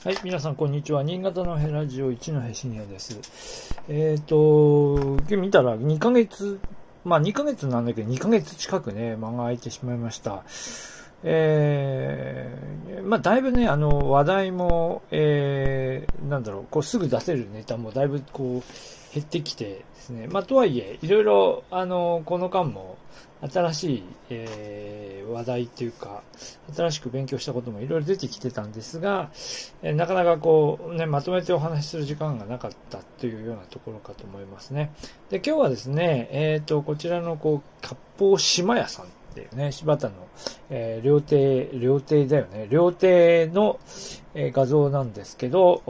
はい、皆さんこんにちは。新潟のヘラジオ一戸信也です。今日見たら2ヶ月、2ヶ月なんだけど2ヶ月近くね、間が空いてしまいました。だいぶね、話題も、すぐ出せるネタもだいぶ減ってきてですね。とはいえ、いろいろ、この間も、新しい、話題っていうか、新しく勉強したこともいろいろ出てきてたんですが、なかなかまとめてお話しする時間がなかったというようなところかと思いますね。で、今日はですね、こちらの割烹島屋さんっていうね、柴田の、料亭だよね。料亭の、画像なんですけど、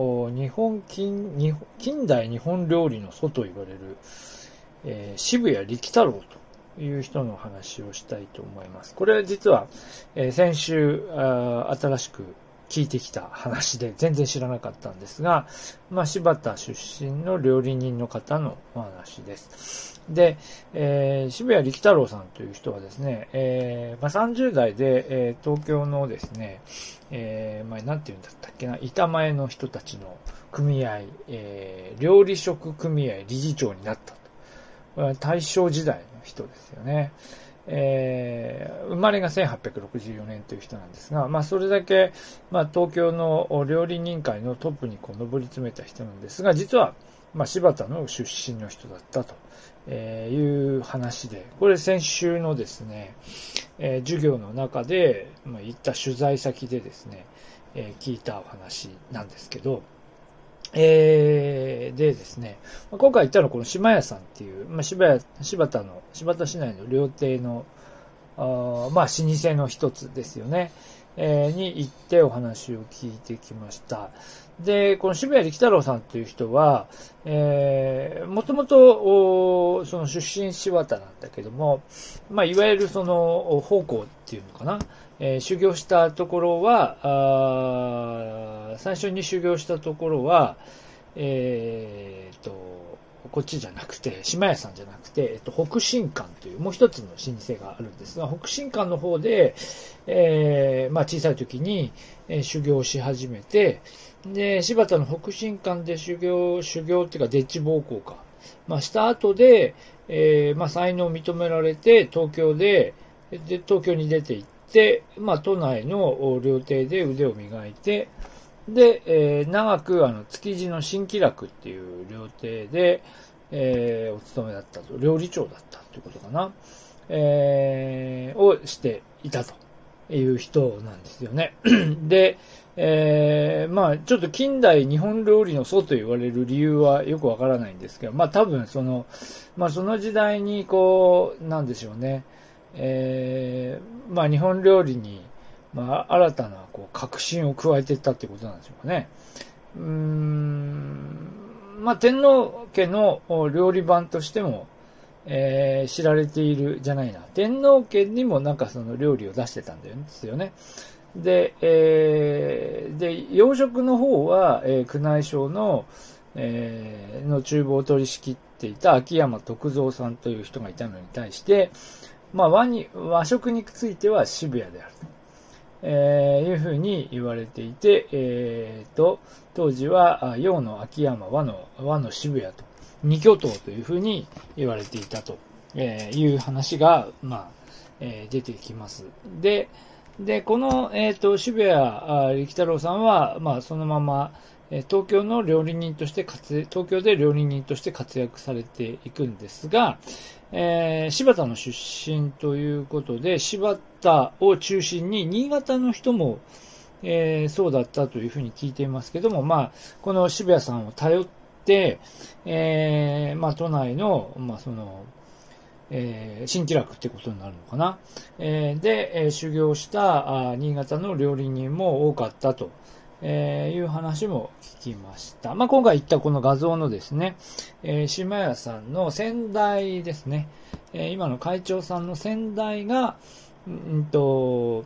近代日本料理の祖と言われる、渋谷力太郎という人の話をしたいと思います。これは実は、先週新しく聞いてきた話で全然知らなかったんですが、柴田出身の料理人の方のお話です。で、渋谷力太郎さんという人はですね、30代で、東京のですね、なんて言うんだったっけな、板前の人たちの組合、料理職組合理事長になったと。大正時代の人ですよね。生まれが1864年という人なんですが、それだけ、東京の料理人界のトップに上り詰めた人なんですが、実は、柴田の出身の人だったという話で、これ先週のですね、授業の中で、行った取材先でですね、聞いたお話なんですけど、でですね、今回行ったのはこの島屋さんっていう、柴田市内の料亭の、老舗の一つですよね、に行ってお話を聞いてきました。で、この渋谷力太郎さんという人は、もともと、その出身柴田なんだけども、いわゆるその、奉公っていうのかな、修行したところは、最初に修行したところは、こっちじゃなくて、島屋さんじゃなくて、北進館というもう一つの老舗があるんですが、北進館の方で、小さい時に、修行し始めて、で、柴田の北進館で修行っていうか、デッチ奉公か。した後で、才能を認められて、東京に出て行って、都内の料亭で腕を磨いて、で、長く築地の新喜楽っていう料亭で、お勤めだったと、料理長だったということかな、をしていたという人なんですよね。で、ちょっと近代日本料理の祖と言われる理由はよくわからないんですけど、多分その時代になんでしょうね、日本料理に新たな革新を加えていったってことなんでしょうかね。天皇家の料理番としても、知られているじゃないな。天皇家にもその料理を出してたんですよね。で、洋食の方は、宮内省の、厨房を取り仕切っていた秋山徳蔵さんという人がいたのに対して、和食については渋谷であると。いうふうに言われていて、当時は洋の秋山、和の渋谷と二巨頭というふうに言われていたという話が出てきます。でこの渋谷力太郎さんはそのまま東京で料理人として活躍されていくんですが、柴田の出身ということで、柴田を中心に新潟の人も、そうだったというふうに聞いていますけども、この渋谷さんを頼って、都内の、新喜楽ってことになるのかな。で、修行した新潟の料理人も多かったと。いう話も聞きました。今回言ったこの画像のですね、島屋さんの先代ですね、今の会長さんの先代が、そ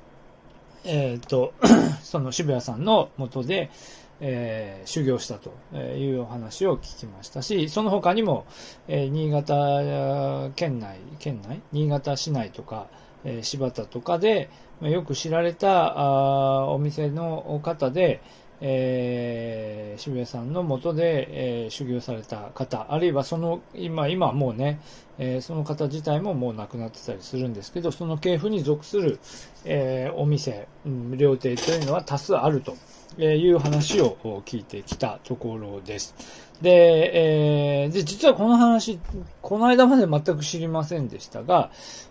の渋谷さんの元で、修行したというお話を聞きましたし、その他にも、新潟県内、新潟市内とか、柴田とかでよく知られたお店の方で、 渋谷さんの下で、修行された方、あるいは今もうね、その方自体ももう亡くなってたりするんですけど、その系譜に属する、お店、料亭というのは多数あるという話を聞いてきたところです。で、実はこの話、この間まで全く知りませんでしたが、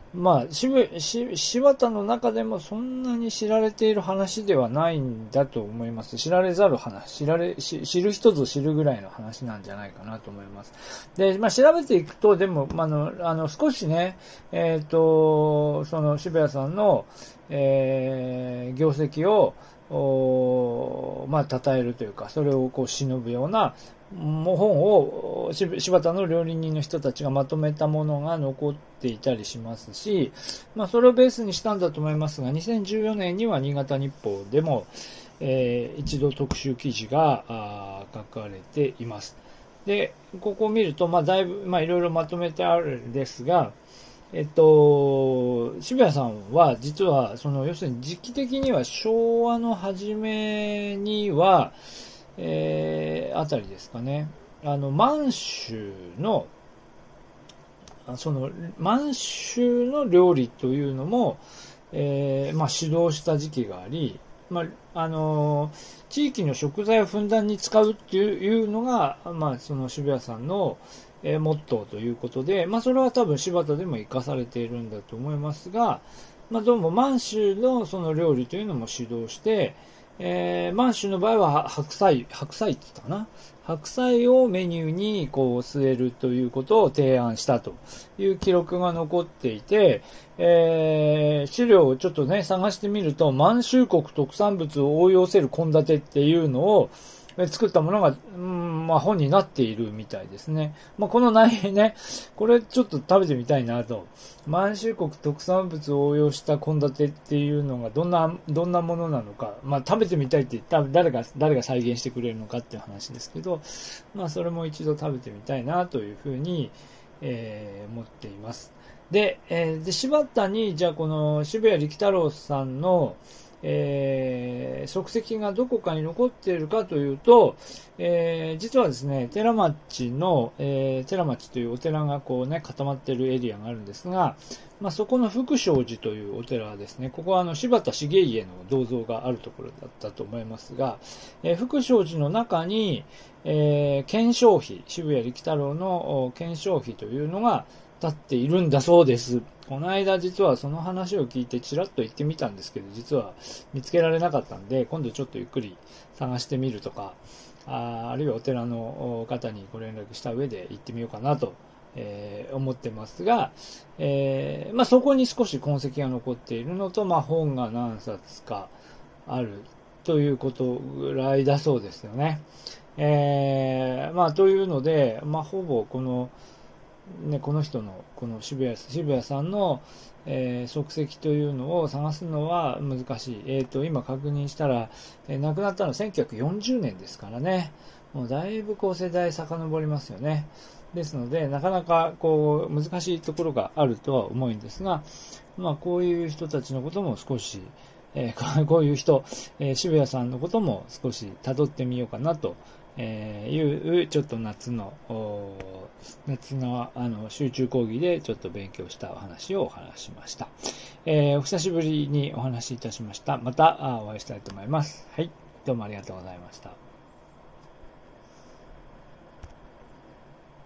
柴田の中でもそんなに知られている話ではないんだと思います。知られざる話、知る人ぞ知るぐらいの話なんじゃないかなと思います。で、調べていくと、でも、少しね、その渋谷さんの、業績を、称えるというか、それを忍ぶような、本を柴田の料理人の人たちがまとめたものが残っていたりしますし、それをベースにしたんだと思いますが、2014年には新潟日報でも、一度特集記事が書かれています。で、ここを見ると、だいぶ、いろいろまとめてあるんですが、渋谷さんは、実は、要するに時期的には昭和の初めには、あたりですかね。満州の料理というのも、指導した時期があり、地域の食材をふんだんに使うっていうのが、その渋谷さんの、モットーということで、それは多分柴田でも活かされているんだと思いますが、どうも満州のその料理というのも指導して、満州の場合は白菜って言ったかな。白菜をメニューに据えるということを提案したという記録が残っていて、資料をちょっとね、探してみると、満州国特産物を応用せる献立っていうのを作ったものが、本になっているみたいですね。この内容ね、これちょっと食べてみたいなと。満州国特産物を応用した献立っていうのがどんなものなのか、食べてみたいって言ったら誰が再現してくれるのかっていう話ですけど、それも一度食べてみたいなというふうに、思っています。で、柴田に、じゃあこの渋谷力太郎さんの、足跡がどこかに残っているかというと、実はですね、寺町というお寺が固まっているエリアがあるんですが、そこの福祥寺というお寺ですね、ここは柴田重家の銅像があるところだったと思いますが、福祥寺の中に、顕彰碑、渋谷力太郎の顕彰碑というのが立っているんだそうです。この間実はその話を聞いてちらっと行ってみたんですけど、実は見つけられなかったんで、今度ちょっとゆっくり探してみるとか、あるいはお寺の方にご連絡した上で行ってみようかなと、思ってますが、そこに少し痕跡が残っているのと、本が何冊かあるということぐらいだそうですよね。というので、ほぼこの人の、この渋谷さんの、足跡というのを探すのは難しい。今確認したら、亡くなったのは1940年ですからね。もうだいぶ世代遡りますよね。ですので、なかなか難しいところがあるとは思うんですが、こういう人たちのことも少し、こういう人、渋谷さんのことも少し辿ってみようかなというちょっと夏の集中講義でちょっと勉強したお話をお話しました。お久しぶりにお話しいたしました。またお会いしたいと思います。はい、どうもありがとうございました。